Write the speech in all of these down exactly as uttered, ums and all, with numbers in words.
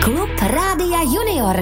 Klub Rádia Junior.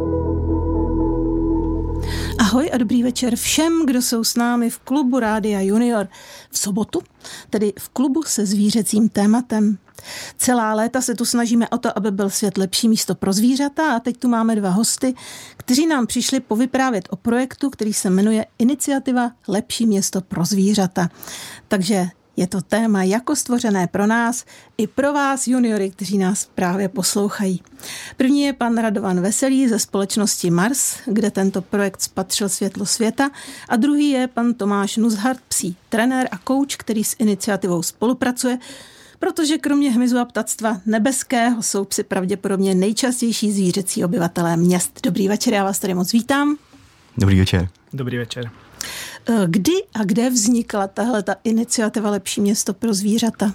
Ahoj a dobrý večer všem, kdo jsou s námi v klubu Rádia Junior v sobotu, tedy v klubu se zvířecím tématem. Celá léta se tu snažíme o to, aby byl svět lepší místo pro zvířata a teď tu máme dva hosty, kteří nám přišli povyprávět o projektu, který se jmenuje Iniciativa Lepší město pro zvířata. Takže je to téma jako stvořené pro nás i pro vás juniory, kteří nás právě poslouchají. První je pan Radovan Veselý ze společnosti Mars, kde tento projekt spatřil světlo světa, a druhý je pan Tomáš Nuzhart, psí trenér a kouč, který s iniciativou spolupracuje, protože kromě hmyzu a ptactva nebeského jsou psi pravděpodobně nejčastější zvířecí obyvatelé měst. Dobrý večer, já vás tady moc vítám. Dobrý večer. Dobrý večer. Kdy a kde vznikla tahle ta iniciativa Lepší město pro zvířata?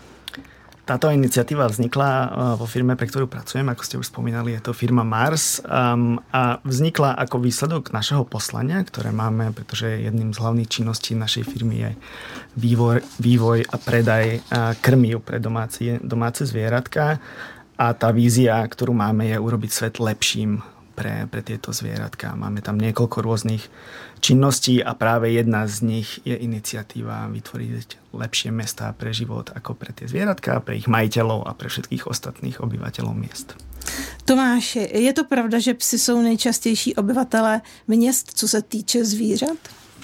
Táto iniciatíva vznikla vo firme, pre ktorú pracujem, ako ste už spomínali, je to firma Mars, um, a vznikla ako výsledok našeho poslania, ktoré máme, pretože jedným z hlavných činností našej firmy je vývoj, vývoj a predaj krmiv pre domáce, domáce zvieratka, a tá vízia, ktorú máme, je urobiť svet lepším pre, pre tieto zvieratka. Máme tam niekoľko rôznych činností a práve jedna z nich je iniciatíva vytvoriť lepšie mestá pre život ako pre tie zvieratka, pre ich majiteľov a pre všetkých ostatných obyvateľov miest. Tomáši, je to pravda, že psi jsou nejčastější obyvatelé měst, co se týče zvířat?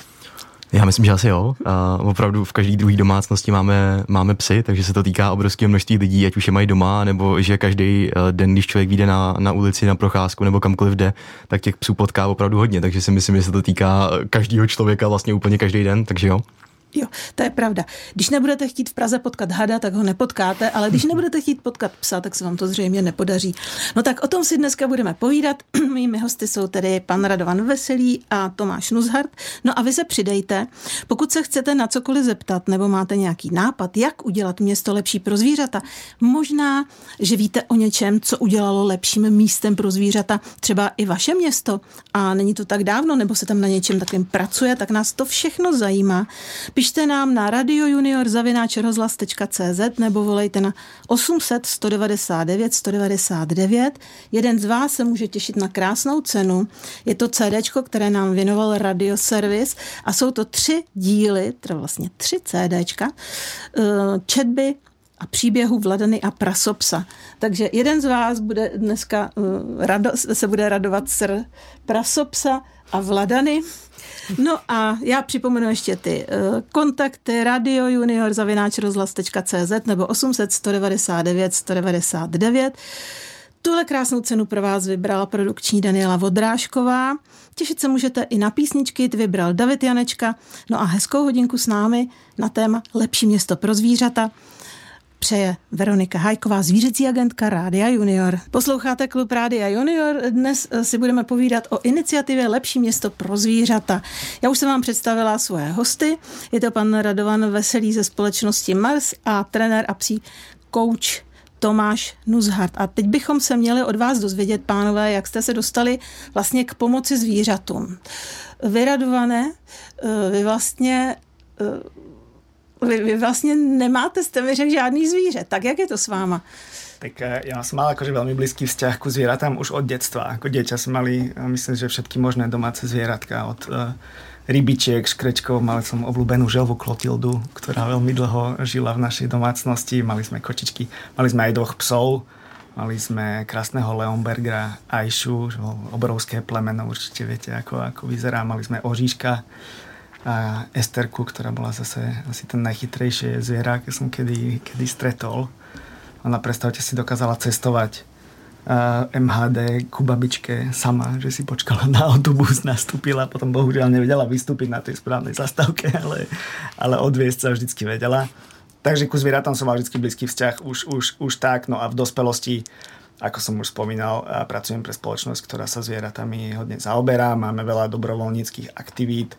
Já myslím, že asi jo. A opravdu v každé druhé domácnosti máme, máme psy, takže se to týká obrovského množství lidí, ať už je mají doma, nebo že každý den, když člověk vyjde na, na ulici, na procházku nebo kamkoliv jde, tak těch psů potká opravdu hodně. Takže si myslím, že se to týká každého člověka vlastně úplně každý den, takže jo. Jo, to je pravda. Když nebudete chtít v Praze potkat hada, tak ho nepotkáte, ale když nebudete chtít potkat psa, tak se vám to zřejmě nepodaří. No tak o tom si dneska budeme povídat. Mými hosty jsou tedy pan Radovan Veselý a Tomáš Nuzhart. No a vy se přidejte. Pokud se chcete na cokoliv zeptat nebo máte nějaký nápad, jak udělat město lepší pro zvířata, možná, že víte o něčem, co udělalo lepším místem pro zvířata třeba i vaše město a není to tak dávno, nebo se tam na něčem takovým pracuje, tak nás to všechno zajímá. Pište nám na radiojunior zavináč rozhlas tečka cé zet nebo volejte na osm set sto devadesát devět sto devadesát devět. Jeden z vás se může těšit na krásnou cenu. Je to CDčko, které nám věnoval Radioservis a jsou to tři díly, teda vlastně tři CDčka, četby a příběhu Vladany a prasopsa. Takže jeden z vás bude dneska rado, se bude radovat sr prasopsa a Vladany. No a já připomenu ještě ty uh, kontakty radiojunior zavináč rozhlas tečka cé zet nebo osm set sto devadesát devět sto devadesát devět. Tuhle krásnou cenu pro vás vybrala produkční Daniela Vodrážková. Těšit se můžete i na písničky, ty vybral David Janečka. No a hezkou hodinku s námi na téma Lepší město pro zvířata přeje Veronika Hajková, zvířecí agentka Rádia Junior. Posloucháte klub Rádia Junior. Dnes si budeme povídat o iniciativě Lepší město pro zvířata. Já už jsem vám představila svoje hosty. Je to pan Radovan Veselý ze společnosti Mars a trenér a psí kouč Tomáš Nuzhart. A teď bychom se měli od vás dozvědět, pánové, jak jste se dostali vlastně k pomoci zvířatům. Vy, Radované, vy vlastně... Vy, vy vlastně nemáte, jste mi řekl, žádný zvíře. Tak jak je to s váma? Tak ja som mal akože veľmi blízky vzťah ku zvieratám už od detstva. Ako dieťa som mali, myslím, že všetky možné domáce zvieratka. Od uh, rybičiek, škrečkov, mali som obľúbenú želvu Klotildu, ktorá veľmi dlho žila v našej domácnosti. Mali sme kočičky, mali sme aj dvoch psov. Mali sme krásneho Leonbergera, Ajšu, obrovské plemeno, určite viete, ako, ako vyzerá. Mali sme Oříška a Esterku, ktorá bola zase asi ten najchytrejšie zviera, keď som kedy, kedy stretol. Ona, predstavte si, dokázala cestovať uh, em há dé ku babičke sama, že si počkala na autobus, nastúpila, potom bohužiaľ nevedela vystúpiť na tej správnej zastávke, ale, ale odviesť sa vždycky vedela. Takže ku zvieratám som mal vždycky blízky vzťah už, už, už tak, no a v dospelosti, ako som už spomínal, pracujem pre spoločnosť, ktorá sa zvieratami hodne zaoberá, máme veľa dobrovoľníckych aktivít,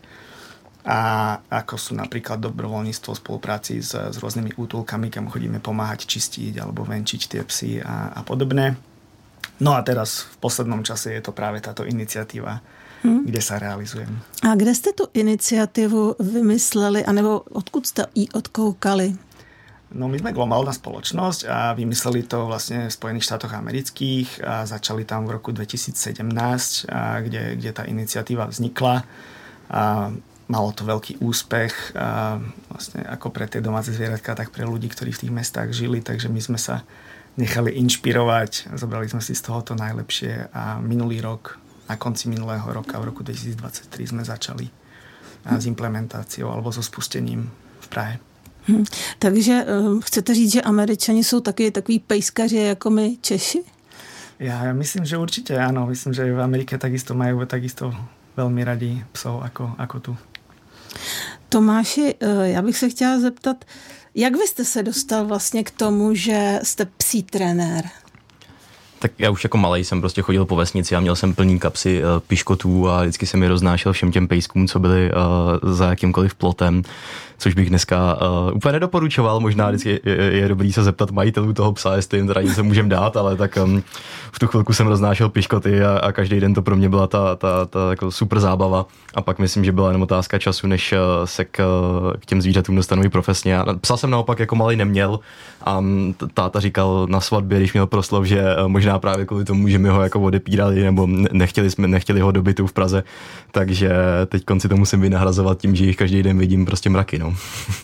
a ako sú napríklad dobrovoľníctvo v spolupráci s, s rôznymi útulkami, kam chodíme pomáhať čistiť alebo venčiť tie psy a, a podobné. No a teraz v poslednom čase je to práve táto iniciatíva, hmm. kde sa realizujem. A kde ste tu iniciativu vymysleli, anebo odkud ste ji odkoukali? No my sme globálna spoločnosť a vymysleli to vlastne v Spojených štátoch amerických a začali tam v roku dvetisícsedemnásť, a kde, kde tá iniciatíva vznikla. A malo to veľký úspech a vlastne ako pre tie domáce zvieratka, tak pre ľudí, ktorí v tých mestách žili, takže my sme sa nechali inšpirovať, zobrali sme si z toho to najlepšie a minulý rok, na konci minulého roka, v roku dvetisícdvadsaťtri sme začali s implementáciou alebo so spustením v Prahe. Hmm. Takže um, chcete říct, že Američani jsou taky takový pejskaři jako my Češi? Ja, ja myslím, že určite áno. Myslím, že v Amerike takisto majú takisto veľmi radi psov ako, ako tu. Tomáši, já bych se chtěla zeptat, jak vy jste se dostal vlastně k tomu, že jste psí trenér? Tak já už jako malej jsem prostě chodil po vesnici a měl jsem plný kapsy uh, piškotů a vždycky jsem je roznášel všem těm pejskům, co byli uh, za jakýmkoliv plotem, což bych dneska uh, úplně nedoporučoval. Možná vždycky je, je, je dobrý se zeptat majitelů toho psa, jestli jim teda něco můžem dát, ale tak um, v tu chvilku jsem roznášel piškoty a, a každý den to pro mě byla ta, ta, ta jako super zábava. A pak myslím, že byla jenom otázka času, než uh, se k, uh, k těm zvířatům dostanu i profesně. A psa jsem naopak jako malej neměl a um, táta říkal na svatbě, když měl proslov, že uh, možná právě kvůli tomu, že mi ho jako odepírali nebo nechtěli, jsme, nechtěli ho do bytu v Praze, takže teď konci to musím vynahrazovat tím, že jich každý den vidím prostě mraky. No.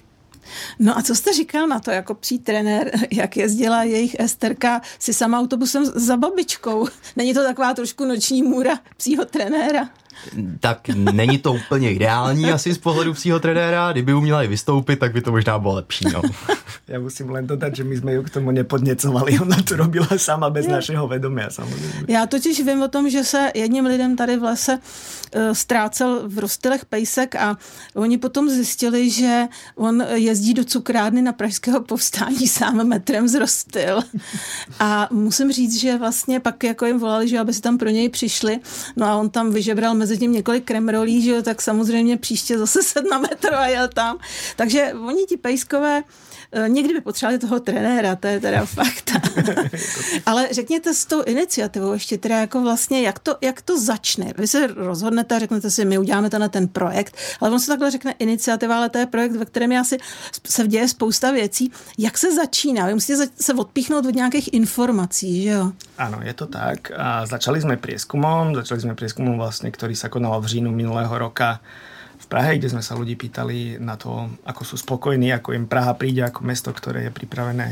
No a co jste říkal na to jako psí trenér, jak jezdila jejich Esterka si sama autobusem za babičkou? Není to taková trošku noční můra psího trenéra? Tak není to úplně ideální asi z pohledu psího trenéra. Kdyby uměla i vystoupit, tak by to možná bylo lepší. No. Ja musím len dodať, že my sme ju k tomu nepodnecovali. Ona to robila sama bez je. našeho vedomia. Samozrejme. Já totiž vím o tom, že se jedním lidem tady v lese uh, ztrácel v rozstylech pejsek a oni potom zjistili, že on jezdí do cukrárny na Pražského povstání sám metrem z rozstyl. A musím říct, že vlastně pak jako jim volali, že aby se tam pro něj přišli. No a on tam vyžebral mezi tím několik kremrolí, že jo, tak samozřejmě příště zase sedl na metro a jel tam. Takže oni ti pejskové někdy by potřebovali toho trenéra, to je teda fakt. Ale řekněte s tou iniciativou ještě teda jako vlastně, jak to, jak to začne. Vy se rozhodnete a řeknete si, my uděláme tenhle ten projekt, ale on se takhle řekne iniciativa, ale to je projekt, ve kterém asi se děje spousta věcí. Jak se začíná? Vy musíte se odpíchnout od nějakých informací, že jo? Áno, je to tak. A začali sme prieskumom, začali sme prieskumom vlastne, ktorý sa konal v říjnu minulého roka v Prahe, kde sme sa ľudí pýtali na to, ako sú spokojní, ako im Praha príde ako mesto, ktoré je pripravené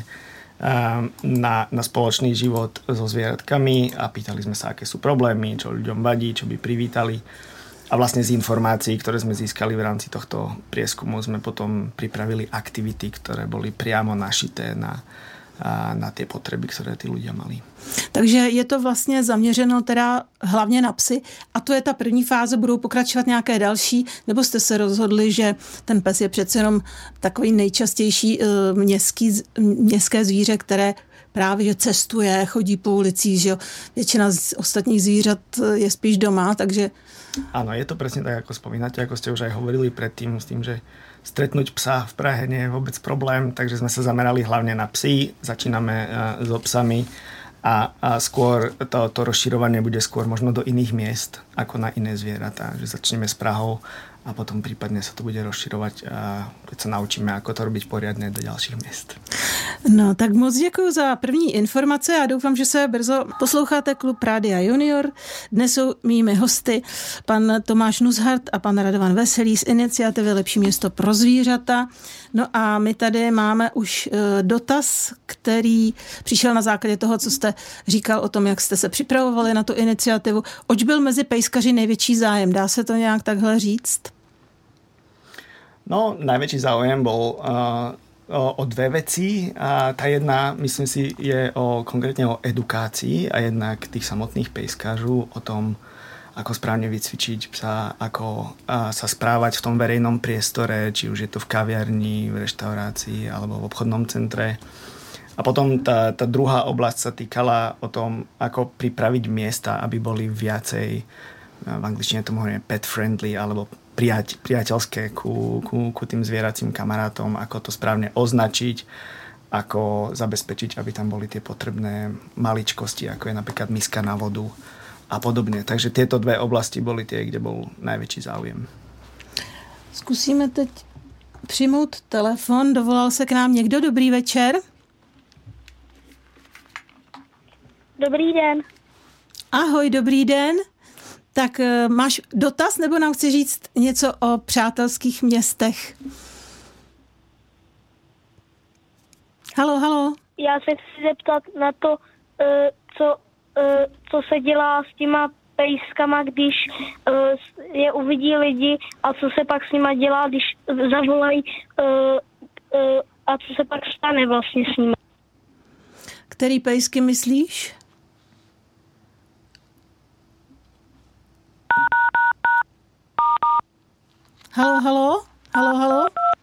na, na spoločný život so zvieratkami a pýtali sme sa, aké sú problémy, čo ľuďom vadí, čo by privítali. A vlastne z informácií, ktoré sme získali v rámci tohto prieskumu, sme potom pripravili aktivity, ktoré boli priamo našité na na ty potřeby, které ty ľudia mali. Takže je to vlastně zaměřeno teda hlavně na psy a to je ta první fáze, budou pokračovat nějaké další, nebo jste se rozhodli, že ten pes je přece jenom takový nejčastější městský, městské zvíře, které právě že cestuje, chodí po ulicích, že jo. Většina z ostatních zvířat je spíš doma, takže... Áno, je to presne tak, ako spomínate, ako ste už aj hovorili predtým, s tým, že stretnúť psa v Prahe nie je vôbec problém, takže sme sa zamerali hlavne na psy, začíname so psami a, a skôr to, to rozširovanie bude skôr možno do iných miest ako na iné zvieratá, že začneme s Prahou a potom prípadne sa to bude rozširovať, keď sa naučíme, ako to robiť poriadne do ďalších miest. No, tak moc děkuji za první informace a doufám, že se brzo posloucháte Klub Rádia Junior. Dnes jsou mými hosty pan Tomáš Nushart a pan Radovan Veselý z iniciativy Lepší město pro zvířata. No a my tady máme už dotaz, který přišel na základě toho, co jste říkal o tom, jak jste se připravovali na tu iniciativu. Oč byl mezi pejskaři největší zájem? Dá se to nějak takhle říct? No, najväčší záujem bol uh, o, o dve veci. A tá jedna, myslím si, je o, konkrétne o edukácii a jednak tých samotných pejskářů o tom, ako správne vycvičiť psa, ako uh, sa správať v tom verejnom priestore, či už je to v kaviarni, v reštaurácii alebo v obchodnom centre. A potom tá, tá druhá oblasť sa týkala o tom, ako pripraviť miesta, aby boli viacej, v angličtine tomu hovoríme pet friendly, alebo Priateľ, priateľské ku, ku, ku tým zvieracím kamarátom, ako to správne označiť, ako zabezpečiť, aby tam boli tie potrebné maličkosti, ako je napríklad miska na vodu a podobne. Takže tieto dve oblasti boli tie, kde bol najväčší záujem. Zkusíme teď přijmout telefon. Dovolal se k nám někdo. Dobrý večer. Dobrý den. Ahoj, dobrý den. Tak máš dotaz, nebo nám chci říct něco o přátelských městech? Halo, halo. Já se chci zeptat na to, co, co se dělá s těma pejskama, když je uvidí lidi a co se pak s nima dělá, když zavolají a co se pak stane vlastně s nimi. Který pejsky myslíš? Halo, halo? Halo, halo?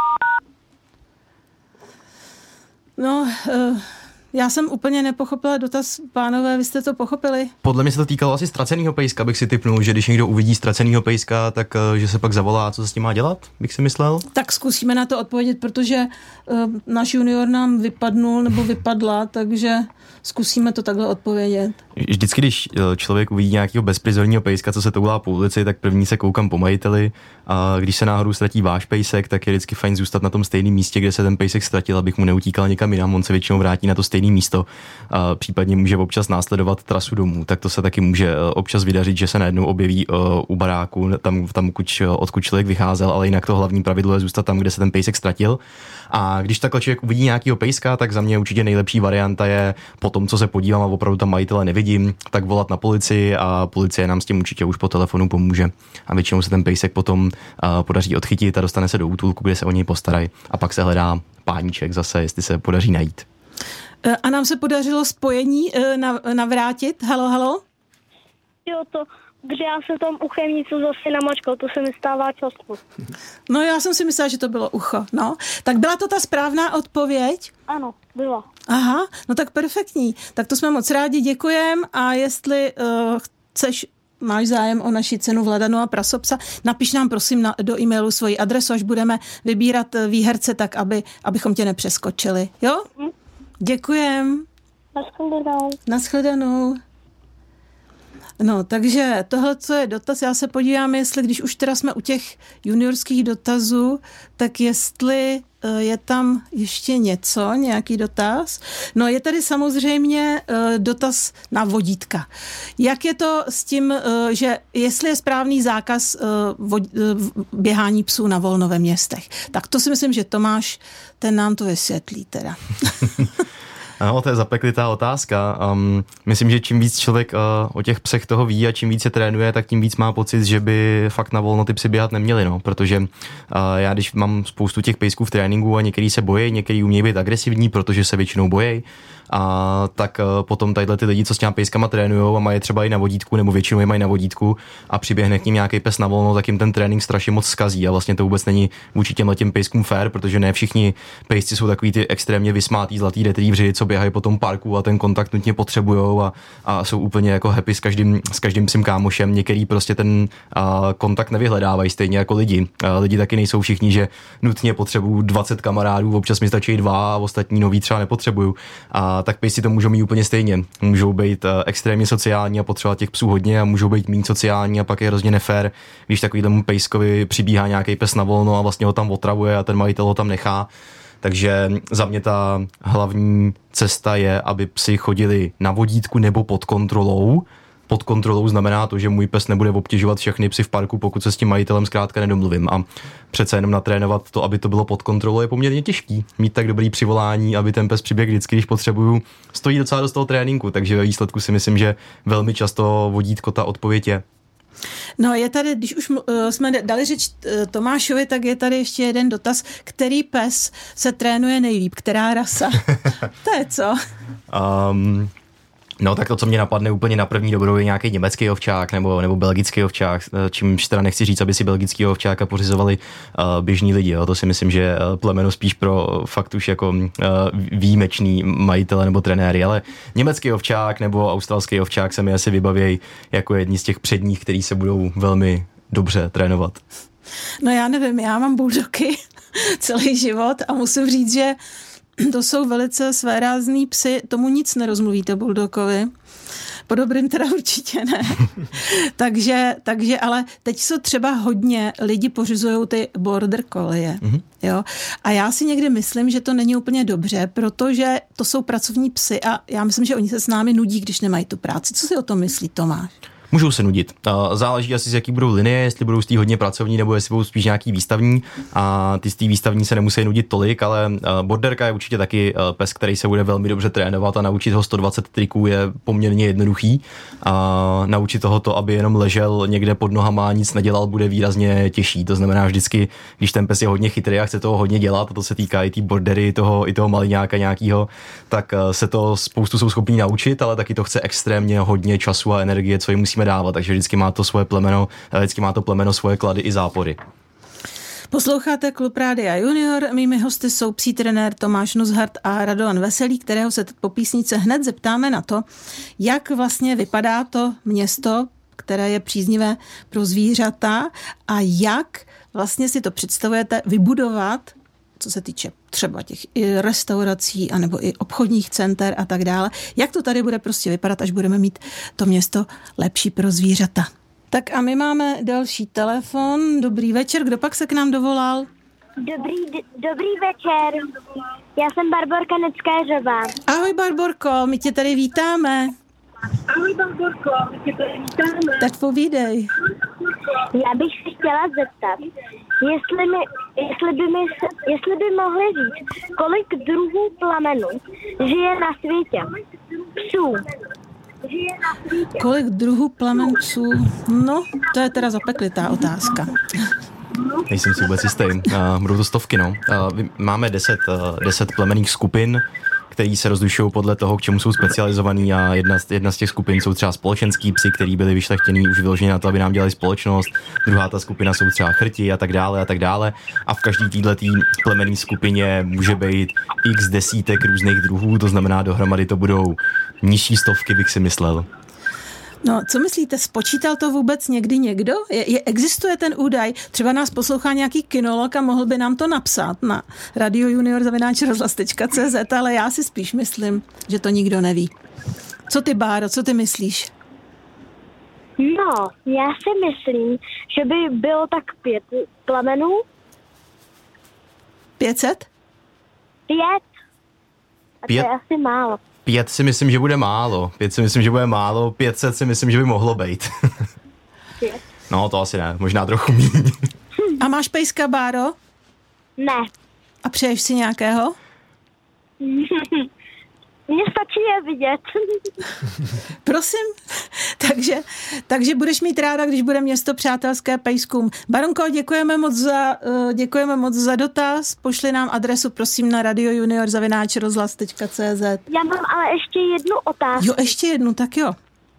No, uh, já jsem úplně nepochopila dotaz, pánové, vy jste to pochopili? Podle mě se to týkalo asi ztracenýho pejska, bych si tipnul, že když někdo uvidí ztracenýho pejska, tak uh, že se pak zavolá, co se s tím má dělat, bych si myslel. Tak zkusíme na to odpovědět, protože uh, náš junior nám vypadnul nebo vypadla, takže zkusíme to takhle odpovědět. Vždycky, když člověk uvidí nějakého bezprizorního pejska, co se toulá po ulici, tak první se koukám po majiteli a když se náhodou ztratí váš pejsek, tak je vždycky fajn zůstat na tom stejném místě, kde se ten pejsek ztratil, abych mu neutíkal někam jinam, on se většinou vrátí na to stejné místo a případně může občas následovat trasu domů, tak to se taky může občas vydařit, že se najednou objeví u baráku, tam, tam kuč, odkud člověk vycházel, ale jinak to hlavní pravidlo je zůstat tam, kde se ten pejsek ztratil. A když takhle člověk uvidí nějakého pejska, tak za mě určitě nejlepší varianta je po tom, co se podívám a opravdu tam majitele nevidím, tak volat na policii a policie nám s tím určitě už po telefonu pomůže. A většinou se ten pejsek potom uh, podaří odchytit a dostane se do útulku, kde se o něj postarají. A pak se hledá páníček zase, jestli se podaří najít. A nám se podařilo spojení uh, navrátit. Halo, halo? Jo, to, že já jsem tam uchem něco zase namačkal, to se mi stává často. No já jsem si myslela, že to bylo ucho, no. Tak byla to ta správná odpověď? Ano, byla. Aha, no tak perfektní. Tak to jsme moc rádi, děkujem a jestli uh, chceš, máš zájem o naši cenu Vladanu a prasopsa, napiš nám prosím na, do e-mailu svoji adresu, až budeme vybírat výherce tak, aby, abychom tě nepřeskočili, jo? Hm. Děkujem. Naschledanou. Naschledanou. No, takže tohle, co je dotaz, já se podívám, jestli, když už teda jsme u těch juniorských dotazů, tak jestli je tam ještě něco, nějaký dotaz. No, je tady samozřejmě dotaz na vodítka. Jak je to s tím, že jestli je správný zákaz běhání psů na volno ve městech? Tak to si myslím, že Tomáš, ten nám to vysvětlí teda. Ano, to je zapeklitá otázka. Um, myslím, že čím víc člověk uh, o těch psech toho ví a čím víc se trénuje, tak tím víc má pocit, že by fakt na volno ty psy běhat neměli, no. Protože uh, já, když mám spoustu těch pejsků v tréninku a některý se bojí, některý umějí být agresivní, protože se většinou bojí, a tak uh, potom tadyhle ty lidi, co s těma pejskama trénujou a mají třeba i na vodítku, nebo většinou je mají na vodítku a přiběhne k ním nějaký pes na volno, tak jim ten trénink strašně moc zkazí a vlastně to vůbec není vůči těmhle těm pejskům fair, protože ne všichni pejsci jsou takový ty extrémně vysmátý zlatý retrievři, co běhají po tom parku a ten kontakt nutně potřebujou a, a jsou úplně jako happy s každým, s každým svým kámošem. Některý prostě ten a, kontakt nevyhledávají stejně jako lidi. A lidi taky nejsou všichni, že nutně potřebují dvacet kamarádů, občas mi stačí dva a ostatní nový třeba nepotřebuju. A tak pejsci to můžou mít úplně stejně. Můžou být a, extrémně sociální a potřebovat těch psů hodně a můžou být méně sociální a pak je hrozně nefér, když takovýhlemu pejskovi přibíhá nějaký pes na volno a vlastně ho tam otravuje a ten majitel ho tam nechá. Takže za mě ta hlavní cesta je, aby psi chodili na vodítku nebo pod kontrolou. Pod kontrolou znamená to, že můj pes nebude obtěžovat všechny psy v parku, pokud se s tím majitelem zkrátka nedomluvím. A přece jenom natrénovat to, aby to bylo pod kontrolou, je poměrně těžký. Mít tak dobrý přivolání, aby ten pes přiběh vždycky, když potřebuju, stojí docela dost toho tréninku. Takže ve výsledku si myslím, že velmi často vodítko ta odpověď je. No je tady, když už uh, jsme dali řeč uh, Tomášovi, tak je tady ještě jeden dotaz. Který pes se trénuje nejlíp? Která rasa? To je co? Um, no tak to, co mě napadne úplně na první dobrou, je nějaký německý ovčák nebo, nebo belgický ovčák, čímž teda nechci říct, aby si belgický ovčáka pořizovali uh, běžní lidi. Jo. To si myslím, že je plemeno spíš pro fakt už jako uh, výjimečný majitele nebo trenéry, ale německý ovčák nebo australský ovčák se mi asi vybavějí jako jedni z těch předních, který se budou velmi dobře trénovat. No já nevím, já mám buldogy celý život a musím říct, že to jsou velice svérázný psy, tomu nic nerozmluvíte buldogovi. Po dobrým teda určitě ne. takže, takže, ale teď jsou třeba hodně lidi pořizují ty border collie. Mm-hmm. Jo? A já si někdy myslím, že to není úplně dobře, protože to jsou pracovní psy a já myslím, že oni se s námi nudí, když nemají tu práci. Co si o tom myslí Tomáš? Můžou se nudit. Záleží asi, z jaký budou linie, jestli budou z té hodně pracovní, nebo jestli budou spíš nějaký výstavní. A ty z té výstavní se nemusí nudit tolik, ale borderka je určitě taky pes, který se bude velmi dobře trénovat a naučit ho sto dvacet triků je poměrně jednoduchý. A naučit toho to, aby jenom ležel někde pod nohama a nic nedělal, bude výrazně těžší. To znamená vždycky, když ten pes je hodně chytrý a chce toho hodně dělat, a to se týká i té bordery, toho, i toho maliňáka nějakého, tak se to spoustu jsou schopní naučit, ale taky to chce extrémně hodně času a energie, co jim musíme dávat, takže vždycky má to svoje plemeno, vždycky má to plemeno svoje klady i zápory. Posloucháte Klub Rádia Junior, mými hosty jsou psí trenér Tomáš Nuzhart a Radovan Veselý, kterého se po písničce hned zeptáme na to, jak vlastně vypadá to město, které je příznivé pro zvířata a jak vlastně si to představujete vybudovat, co se týče třeba těch i restaurací, anebo i obchodních center a tak dále. Jak to tady bude prostě vypadat, až budeme mít to město lepší pro zvířata. Tak a my máme další telefon. Dobrý večer, kdo pak se k nám dovolal? Dobrý, d- dobrý večer. Já jsem Barborka Neckářová. Ahoj Barborko, my tě tady vítáme. Ahoj Barborko, my tě tady vítáme. Tak povídej. Já bych se chtěla zeptat, jestli, mi, jestli, by mi, jestli by mohli říct, kolik druhů plamenů žije na světě. Psů. Žije na světě. Kolik druhů plamen psů? No, to je teda zapeklitá otázka. Nejsem si vůbec jistý. Uh, budou to stovky, no. Uh, máme deset, uh, deset plemenných skupin, který se rozlišují podle toho, k čemu jsou specializovaný a jedna z, jedna z těch skupin jsou třeba společenský psy, který byli vyšlechtěný už vyloženě na to, aby nám dělali společnost. Druhá ta skupina jsou třeba chrti a tak dále a tak dále. A v každý této plemenné skupině může být x desítek různých druhů, to znamená dohromady to budou nižší stovky, bych si myslel. No, co myslíte, spočítal to vůbec někdy někdo? Je, je, existuje ten údaj? Třeba nás poslouchá nějaký kinolog a mohl by nám to napsat na radiojunior zavináč rozhlas tečka cé zet, ale já si spíš myslím, že to nikdo neví. Co ty, Báro, co ty myslíš? No, já si myslím, že by bylo tak pět plamenů. Pětset? Pět. A Pět? to je asi málo. Pět si myslím, že bude málo. Pět si myslím, že bude málo. Pětset si myslím, že by mohlo být. Pět. No, to asi ne. Možná trochu míň. A máš pejska, Báro? Ne. A přeješ si nějakého? Mně stačí je vidět. Prosím. takže, takže budeš mít ráda, když bude město přátelské pejskům. Baronko, děkujeme moc za, děkujeme moc za dotaz. Pošli nám adresu, prosím, na radiojunior zavináč rozhlas tečka cé zet. Já mám ale ještě jednu otázku. Jo, ještě jednu, tak jo.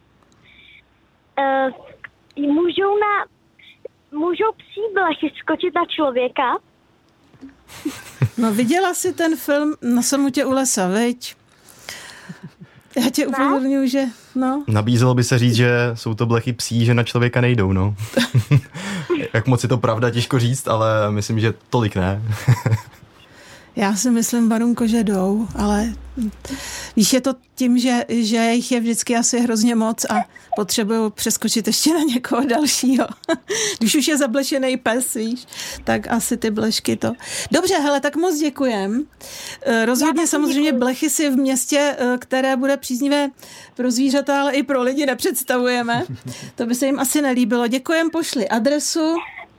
Uh, můžou na můžou psí blechy skočit na člověka? No, viděla jsi ten film Na samotě u lesa, viď? Já tě upozorňuji, že no. Nabízelo by se říct, že jsou to blechy psí, že na člověka nejdou, no. Jak moc je to pravda, těžko říct, ale myslím, že tolik ne. Já si myslím, Barunko, že jdou, ale víš, je to tím, že, že jich je vždycky asi hrozně moc a potřebuju přeskočit ještě na někoho dalšího. Když už je zablešený pes, víš, tak asi ty blešky to. Dobře, hele, tak moc děkujem. Rozhodně samozřejmě blechy si v městě, které bude příznivé pro zvířata, ale i pro lidi nepředstavujeme. To by se jim asi nelíbilo. Děkujem, pošli adresu.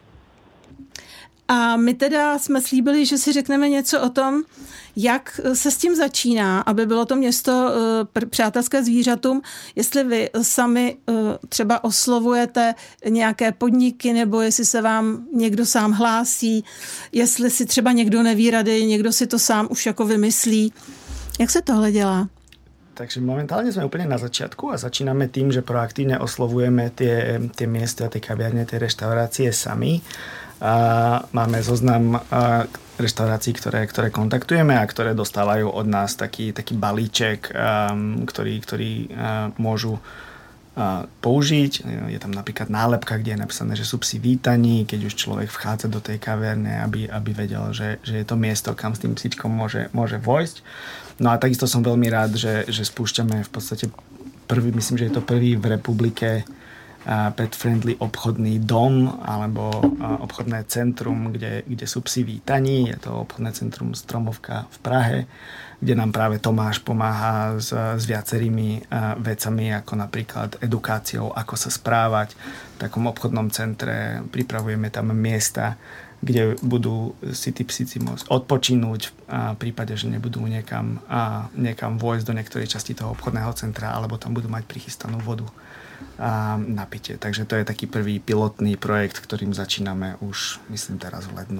A my teda jsme slíbili, že si řekneme něco o tom, jak se s tím začíná, aby bylo to město přátelské zvířatům, jestli vy sami třeba oslovujete nějaké podniky, nebo jestli se vám někdo sám hlásí, jestli si třeba někdo neví rady, někdo si to sám už jako vymyslí. Jak se tohle dělá? Takže momentálne sme úplne na začiatku a začíname tým, že proaktívne oslovujeme tie, tie miesta, tie kaviarne, tie reštaurácie sami. A máme zoznam reštaurácií, ktoré, ktoré kontaktujeme a ktoré dostávajú od nás taký, taký balíček, um, ktorý, ktorý uh, môžu uh, použiť. Je tam napríklad nálepka, kde je napísané, že sú psi vítaní, keď už človek vchádza do tej kaverne, aby, aby vedel, že, že je to miesto, kam s tým psíčkom môže, môže vojsť. No a takisto som veľmi rád, že, že spúšťame v podstate prvý, myslím, že je to prvý v republike pet-friendly obchodný dom alebo obchodné centrum, kde, kde sú psi vítaní. Je to obchodné centrum Stromovka v Prahe, kde nám práve Tomáš pomáha s, s viacerými vecami, ako napríklad edukáciou, ako sa správať v takom obchodnom centre. Pripravujeme tam miesta, kde budú si tí psíci môcť odpočinúť a v prípade, že nebudú niekam, a niekam vojsť do niektorej časti toho obchodného centra, alebo tam budú mať prichystanú vodu a napitie. Takže to je taký prvý pilotný projekt, ktorým začíname už, myslím, teraz v lednu.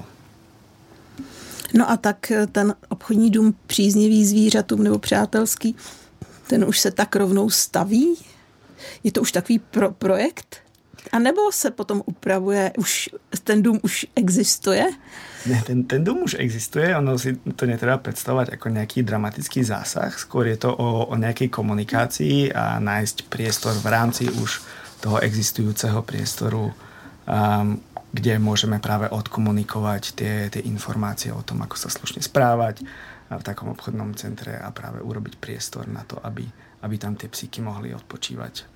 No a tak ten obchodní dům příznivý zvířatům nebo přátelský, ten už se tak rovnou staví? Je to už takový pro- projekt? A nebo se potom upravuje, už ten dům už existuje? Ne, ten, ten dům už existuje, ono si to netreba predstavovať ako nejaký dramatický zásah, skôr je to o, o nejakej komunikácii a nájsť priestor v rámci už toho existujúceho priestoru, um, kde môžeme práve odkomunikovať tie, tie informácie o tom, ako sa slušne správať v takom obchodnom centre a práve urobiť priestor na to, aby, aby tam tie psíky mohli odpočívať.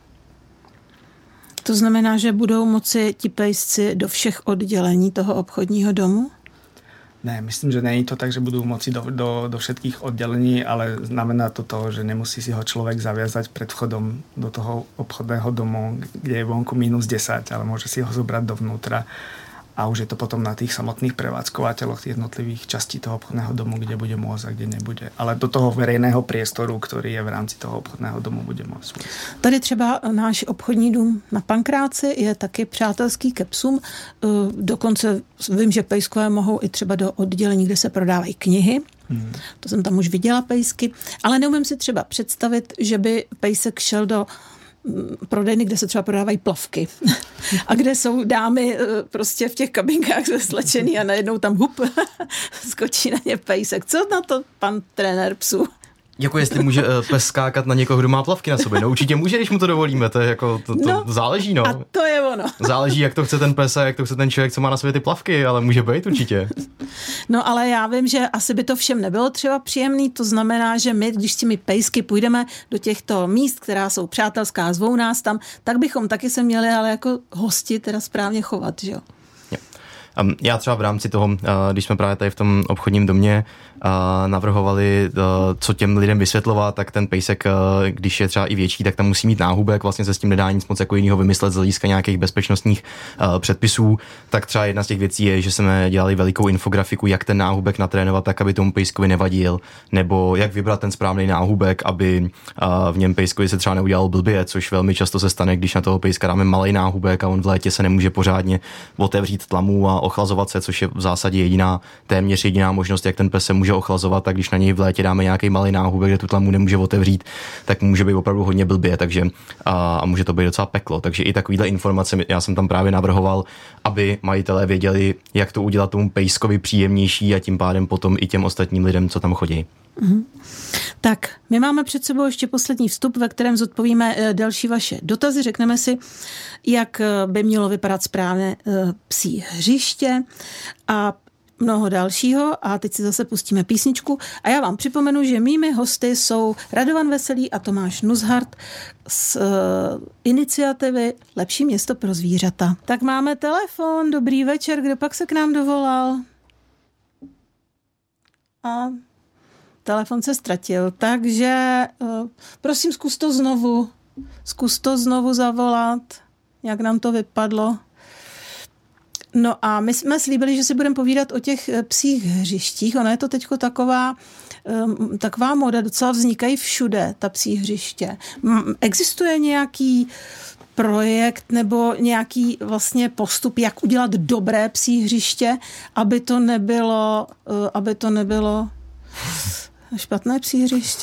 To znamená, že budou moci ti pejsci do všech oddělení toho obchodního domu? Ne, myslím, že není to tak, že budú moci do, do, do všetkých oddelení, ale znamená to to, že nemusí si ho človek zaviazať pred vchodom do toho obchodného domu, kde je vonku minus desať, ale môže si ho zobrať dovnútra. A už je to potom na tých samotných prevádzkovateľoch jednotlivých častí toho obchodného domu, kde bude môcť a kde nebude. Ale do toho verejného priestoru, ktorý je v rámci toho obchodného domu, bude môcť. Tady třeba náš obchodní dům na Pankráci je taky přátelský ke psům. Dokonce vím, že pejskové mohou i třeba do oddělení, kde se prodávají knihy. Hmm. To jsem tam už viděla pejsky. Ale neumím si třeba představit, že by pejsek šel do prodejny, kde se třeba prodávají plavky a kde jsou dámy prostě v těch kabinkách slečený a najednou tam hup skočí na ně pejsek. Co na to pan trenér psů? Jako jestli může pes skákat na někoho, kdo má plavky na sobě. No určitě může, když mu to dovolíme, to je jako, to, to no, záleží, no. A to je ono. Záleží, jak to chce ten pes a jak to chce ten člověk, co má na sobě ty plavky, ale může být určitě. No ale já vím, že asi by to všem nebylo třeba příjemný, to znamená, že my, když s těmi pejsky půjdeme do těchto míst, která jsou přátelská, zvou nás tam, tak bychom taky se měli ale jako hosti teda správně chovat, že jo? Já třeba v rámci toho, když jsme právě tady v tom obchodním domě navrhovali, co těm lidem vysvětlovat, tak ten pejsek, když je třeba i větší, tak tam musí mít náhubek, vlastně se s tím nedá nic moc jako jiného vymyslet z hlediska nějakých bezpečnostních předpisů. Tak třeba jedna z těch věcí je, že jsme dělali velikou infografiku, jak ten náhubek natrénovat tak, aby tomu pejskovi nevadil, nebo jak vybrat ten správný náhubek, aby v něm pejskovi se třeba neudělal blbě, což velmi často se stane, když na toho pejska dáme malej náhubek a on v létě se nemůže pořádně otevřít tlamu a ochlazovat se, což je v zásadě jediná, téměř jediná možnost, jak ten pes se může ochlazovat, tak když na něj v létě dáme nějaký malý náhubek, kde tu tlamu nemůže otevřít, tak může být opravdu hodně blbě, takže a, a může to být docela peklo. Takže i takovýhle informace já jsem tam právě navrhoval, aby majitelé věděli, jak to udělat tomu pejskovi příjemnější a tím pádem potom i těm ostatním lidem, co tam chodí. Mm-hmm. Tak, my máme před sebou ještě poslední vstup, ve kterém zodpovíme další vaše dotazy. Řekneme si, jak by mělo vypadat správně psí hřiště a mnoho dalšího. A teď si zase pustíme písničku. A já vám připomenu, že mými hosty jsou Radovan Veselý a Tomáš Nuzhart z uh, iniciativy Lepší město pro zvířata. Tak máme telefon. Dobrý večer. Kdo pak se k nám dovolal? A telefon se ztratil, takže uh, prosím, zkus to znovu. Zkus to znovu zavolat, jak nám to vypadlo. No a my jsme slíbili, že si budeme povídat o těch psích hřištích. Ono je to teďko taková, um, taková moda, docela vznikají všude, ta psí hřiště. Existuje nějaký projekt nebo nějaký vlastně postup, jak udělat dobré psí hřiště, aby to nebylo, uh, aby to nebylo špatné psí hřiště.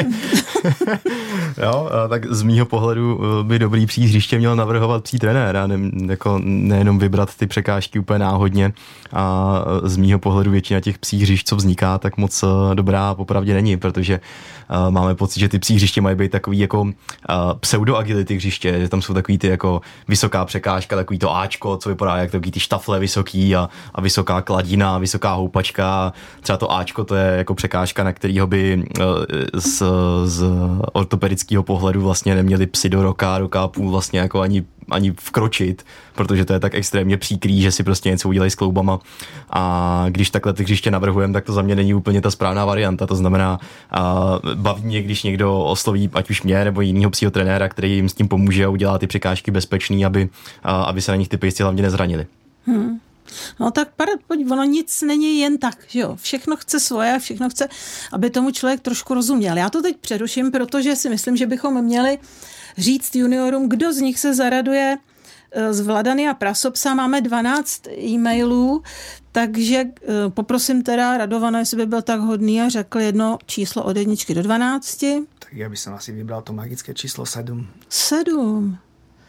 Jo, tak z mýho pohledu by dobrý psí hřiště měl navrhovat psí trenér a ne, jako nejenom vybrat ty překážky úplně náhodně a z mýho pohledu většina těch psí hřišť, co vzniká, tak moc dobrá popravdě není, protože uh, máme pocit, že ty psí hřiště mají být takový jako uh, pseudo-agility hřiště, že tam jsou takový ty jako vysoká překážka, takový to áčko, co vypadá jak takový ty štafle vysoký a, a vysoká kladina, vysoká houpačka. Třeba to áčko, to je jako překážka, na který kterýho by z, z ortopedického pohledu vlastně neměli psy do roka, roka a půl vlastně jako ani, ani vkročit, protože to je tak extrémně příkrý, že si prostě něco udělají s kloubama. A když takhle ty hřiště navrhujeme, tak to za mě není úplně ta správná varianta. To znamená, baví mě, když někdo osloví ať už mě nebo jinýho psího trenéra, který jim s tím pomůže a udělá ty překážky bezpečný, aby, aby se na nich ty pejsci hlavně nezranili. Hmm. No tak pojď, ono nic není jen tak, že jo. Všechno chce svoje, všechno chce, aby tomu člověk trošku rozuměl. Já to teď přeruším, protože si myslím, že bychom měli říct juniorům, kdo z nich se zaraduje z Vladany a Prasopsa. Máme dvanáct e-mailů, takže poprosím teda Radovana, jestli by byl tak hodný a řekl jedno číslo od jedničky do dvanácti. Tak já bych asi vybral to magické číslo sedm. Sedm.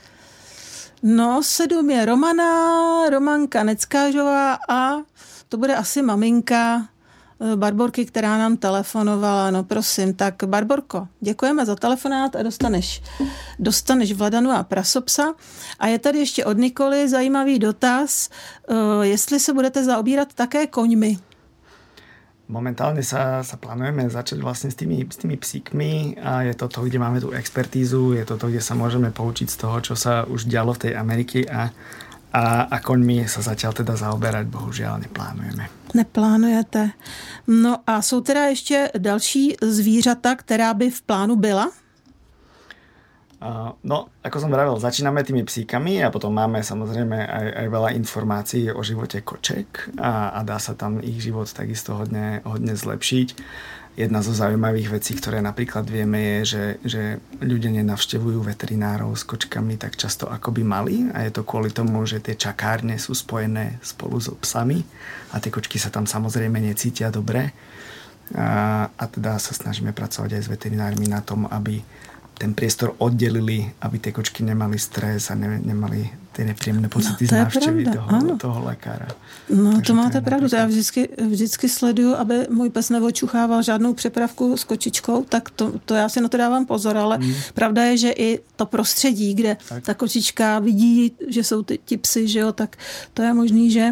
No, sedm je Romana, Romanka Neckážová a to bude asi maminka Barborky, která nám telefonovala. No prosím, tak Barborko, děkujeme za telefonát a dostaneš, dostaneš Vladanu a Prasopsa. A je tady ještě od Nikoly zajímavý dotaz, jestli se budete zaobírat také koňmi. Momentálne sa, sa plánujeme začať vlastne s tými, s tými psíkmi a je to to, kde máme tú expertízu, je to to, kde sa môžeme poučiť z toho, čo sa už dialo v tej Amerike a, a, a koňmi sa zatiaľ teda zaoberať bohužiaľ neplánujeme. Neplánujete. No a jsou teda ještě další zvířata, která by v plánu byla? Uh, no, ako som vravel, začíname tými psíkami a potom máme samozrejme aj, aj veľa informácií o živote koček a, a dá sa tam ich život takisto hodne, hodne zlepšiť. Jedna zo zaujímavých vecí, ktoré napríklad vieme, je, že, že ľudia nenavštevujú veterinárov s kočkami tak často, ako by mali a je to kvôli tomu, že tie čakárne sú spojené spolu so psami a tie kočky sa tam samozrejme necítia dobre a, a teda sa snažíme pracovať aj s veterinármi na tom, aby ten priestor oddelili, aby tie kočky nemali stres a ne, nemali ty nepříjemné pocity no, z návštěvy toho, toho lékaře. No takže to máte to pravdu, to já vždycky, vždycky sleduju, aby můj pes neočuchával žádnou přepravku s kočičkou, tak to, to já si na to dávám pozor, ale mm. pravda je, že i to prostředí, kde tak. ta kočička vidí, že jsou ty, ti psy, že jo, tak to je možný, že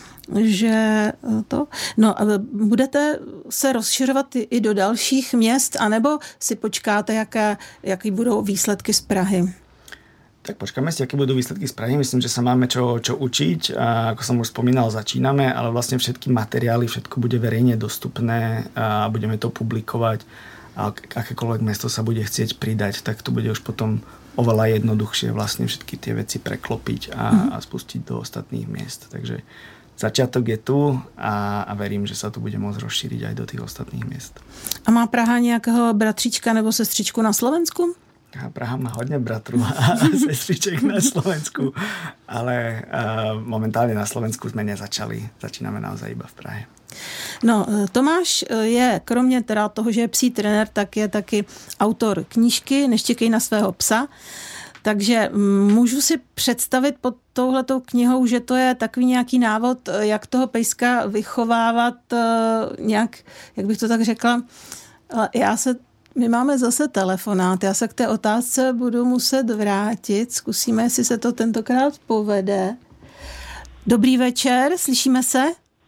že to, no budete se rozšiřovat i do dalších měst, anebo si počkáte, jaké, jaký budou výsledky z Prahy? Tak počkáme si, aké budú výsledky z Prahy. Myslím, že sa máme čo, čo učiť. A ako som už spomínal, začíname, ale vlastne všetky materiály, všetko bude verejne dostupné a budeme to publikovať. A akékoľvek mesto sa bude chcieť pridať, tak to bude už potom oveľa jednoduchšie vlastne všetky tie veci preklopiť a, mm. a spustiť do ostatných miest. Takže začiatok je tu a, a verím, že sa to bude môcť rozšíriť aj do tých ostatných miest. A má Praha nejakého bratříčka nebo sestřičku na Slovensku? Praha má hodne bratru a sestřiček na Slovensku, ale uh, momentálne na Slovensku sme nezačali. Začíname naozaj iba v Prahe. No, Tomáš je, kromě teda toho, že je psí trenér, tak je taky autor knížky Neštěkej na svého psa. Takže můžu si představit pod touhletou knihou, že to je takový nějaký návod, jak toho pejska vychovávat nějak, jak bych to tak řekla. Já se, my máme zase telefonát, já se k té otázce budu muset vrátit. Zkusíme, jestli se to tentokrát povede. Dobrý večer, slyšíme se?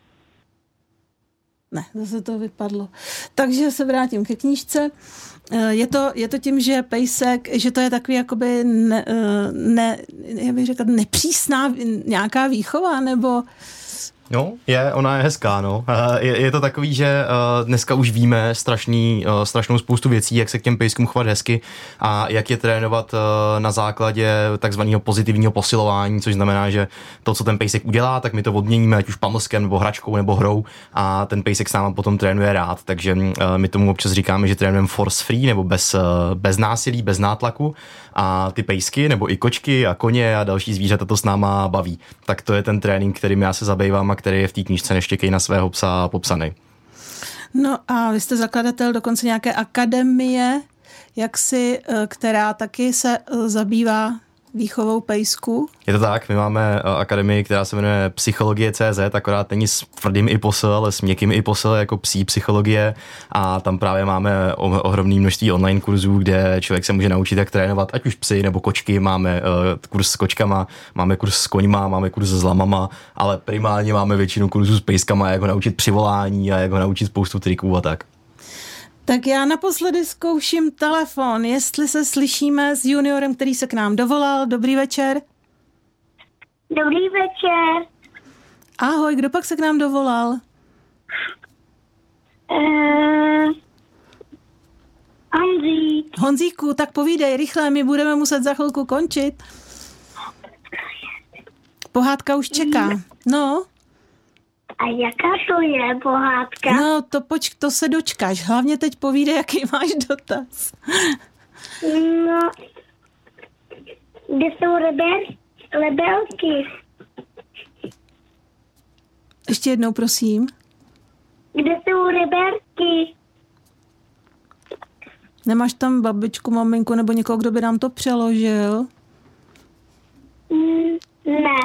Ne, zase to vypadlo. Takže se vrátím ke knížce. Je to, je to tím, že pejsek, že to je takový jakoby ne, ne, já bych řekla, nepřísná nějaká výchova, nebo... No, je, ona je hezká, no. Je, je to takový, že dneska už víme strašný, strašnou spoustu věcí, jak se k těm pejskům chovat hezky a jak je trénovat na základě takzvaného pozitivního posilování, což znamená, že to, co ten pejsek udělá, tak my to odměníme, ať už pamlskem, nebo hračkou, nebo hrou a ten pejsek s náma potom trénuje rád, takže my tomu občas říkáme, že trénujeme force free, nebo bez, bez násilí, bez nátlaku a ty pejsky, nebo i kočky a koně a další zvířata to s náma baví. Tak to je ten trénink, kterým já se zabývám, který je v té knížce Neštěkej na svého psa popsaný. No a vy jste zakladatel dokonce nějaké akademie, jaksi, která taky se zabývá výchovou pejsků. Je to tak, my máme akademii, která se jmenuje Psychologie tečka cé zet, akorát není s tvrdým i posel, ale s měkkým i posel, jako psí psychologie a tam právě máme ohromné množství online kurzů, kde člověk se může naučit, jak trénovat, ať už psy nebo kočky, máme uh, kurz s kočkama, máme kurz s koňma, máme kurz s lamama, ale primárně máme většinu kurzů s pejskama, jak ho naučit přivolání a jak ho naučit spoustu triků a tak. Tak já naposledy zkouším telefon, jestli se slyšíme s juniorem, který se k nám dovolal. Dobrý večer. Dobrý večer. Ahoj, kdo pak se k nám dovolal? Uh, Honzík. Honzíku, tak povídej rychle, my budeme muset za chvilku končit. Pohádka už čeká. No. A jaká to je pohádka? No, to poč, to se dočkáš. Hlavně teď povídej, jaký máš dotaz. No, kde jsou rebel, rebelky? Ještě jednou, prosím. Kde jsou rebelky? Nemáš tam babičku, maminku nebo někoho, kdo by nám to přeložil? Mm, ne.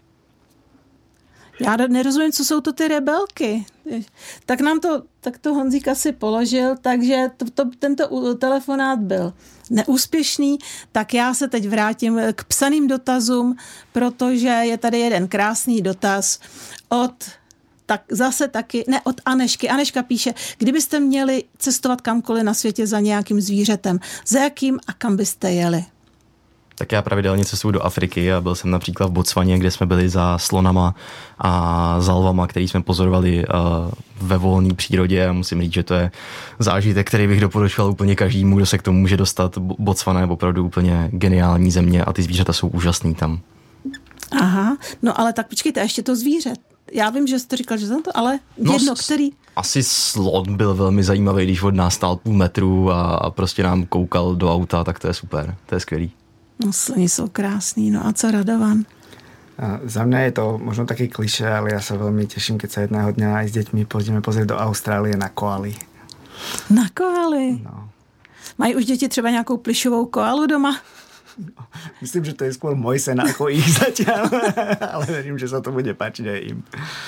Já nerozumím, co jsou to ty rebelky. Tak nám to, tak to Honzík asi položil, takže to, to, tento telefonát byl neúspěšný, tak já se teď vrátím k psaným dotazům, protože je tady jeden krásný dotaz od tak zase taky, ne od Anešky. Aneška píše, kdybyste měli cestovat kamkoliv na světě za nějakým zvířetem, za jakým a kam byste jeli? Tak já pravidelně cestuju do Afriky a byl jsem například v Botswaně, kde jsme byli za slonama a za lvama, který jsme pozorovali uh, ve volné přírodě a musím říct, že to je zážitek, který bych doporučoval úplně každému, kdo se k tomu může dostat. Botswana je opravdu úplně geniální země a ty zvířata jsou úžasný tam. Aha, no ale tak počkejte, ještě to zvíře. Já vím, že jste říkal, že jsem to, ale jedno, no, který... Asi slon byl velmi zajímavý, když od nás stál půl metru a, a prostě nám koukal do auta, tak to je super, to je skvělý. No sloni jsou krásný, no a co Radovan? A za mňa je to možno taký klišé, ale ja sa veľmi teším, keď sa jedného dňa aj s deťmi pôjdeme pozrieť do Austrálie na koaly. Na koaly? No. Mají už děti třeba nějakou plišovou koalu doma? No, myslím, že to je skôr môj sen ako ich zatiaľ, ale verím, že sa to bude páčiť aj im.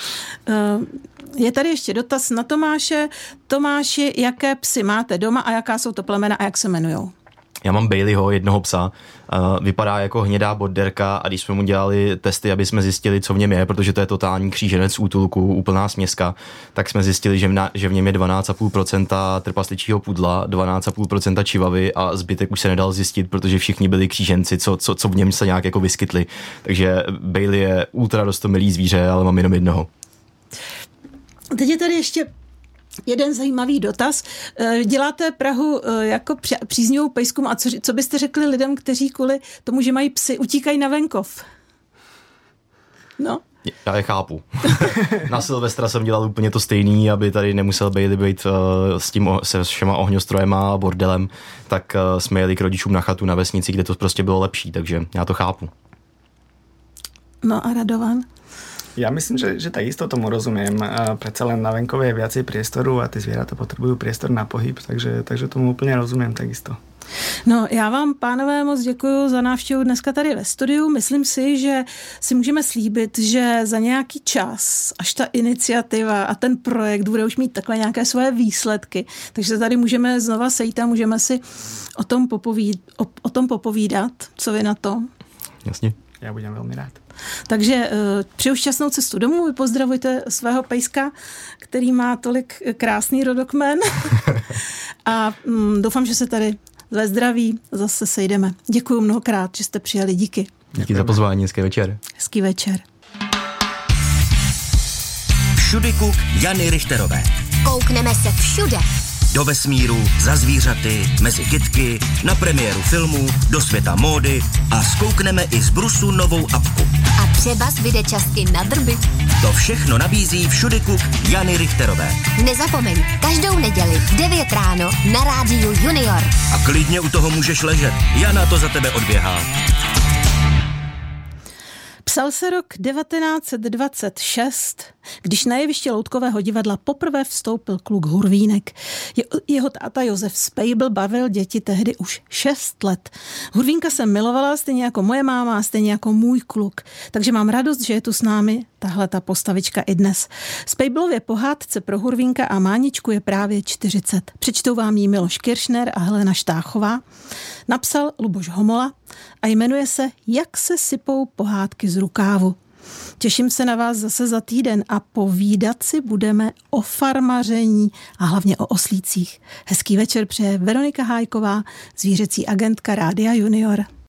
Je tady ještě dotaz na Tomáše. Tomáši, jaké psy máte doma a jaká jsou to plemena a jak se jmenujou? Já mám Baileyho, jednoho psa. Uh, vypadá jako hnědá borderka a když jsme mu dělali testy, aby jsme zjistili, co v něm je, protože to je totální kříženec útulku, úplná směska, tak jsme zjistili, že v, na, že v něm je dvanáct celá pět procenta trpasličího pudla, dvanáct celá pět procenta čivavy a zbytek už se nedal zjistit, protože všichni byli kříženci, co, co, co v něm se nějak jako vyskytli. Takže Bailey je ultra roztomilý zvíře, ale mám jenom jednoho. Teď je tady ještě jeden zajímavý dotaz. Děláte Prahu jako příznivou pejskům a co, co byste řekli lidem, kteří kvůli tomu, že mají psy, utíkají na venkov? No. Já je chápu. Na Silvestra jsem dělal úplně to stejný, aby tady nemusel Bailey být uh, s tím se všema ohňostrojema a bordelem, tak uh, jsme jeli k rodičům na chatu na vesnici, kde to prostě bylo lepší, takže já to chápu. No a Radovan? Ja myslím, že, že takisto tomu rozumiem. Predsa len na venkove je viacej priestoru a tie zvieratá potrebujú priestor na pohyb, takže, takže tomu úplne rozumiem takisto. No, já vám, pánové, moc děkuju za návštěvu dneska tady ve studiu. Myslím si, že si můžeme slíbit, že za nějaký čas, až ta iniciativa a ten projekt bude už mít takové nějaké svoje výsledky, takže tady můžeme znova sejít a můžeme si o tom, popovíd, o, o tom popovídat. Co vy na to? Jasně. Já budem velmi rád. Takže uh, přeju šťastnou cestu domů, vy pozdravujte svého pejska, který má tolik krásný rodokmen a um, doufám, že se tady ve zdraví zase sejdeme. Děkuju mnohokrát, že jste přijeli, díky. Díky za pozvání, hezký večer. Hezký večer. Všudykuk Jany Richterové. Koukneme se všude. Do vesmíru, za zvířaty, mezi kytky, na premiéru filmů, do světa módy a zkoukneme i z brusu novou apku. A třeba zbyde časky na drby. To všechno nabízí Všudykuk Jany Richterové. Nezapomeň, každou neděli v devět ráno na rádiu Junior. A klidně u toho můžeš ležet, Jana to za tebe odběhá. Psal se rok devatenáct set dvacet šest, když na jeviště Loutkového divadla poprvé vstoupil kluk Hurvínek. Jeho táta Josef Spejbl bavil děti tehdy už šest let. Hurvínka se milovala stejně jako moje máma a stejně jako můj kluk. Takže mám radost, že je tu s námi tahle ta postavička i dnes. Spejblově pohádce pro Hurvínka a Máničku je právě čtyřicet. Přečtou vám jí Miloš Kiršner a Helena Štáchová. Napsal Luboš Homola a jmenuje se Jak se sypou pohádky z rukávu. Těším se na vás zase za týden a povídat si budeme o farmaření a hlavně o oslících. Hezký večer přeje Veronika Hájková, zvířecí agentka Rádia Junior.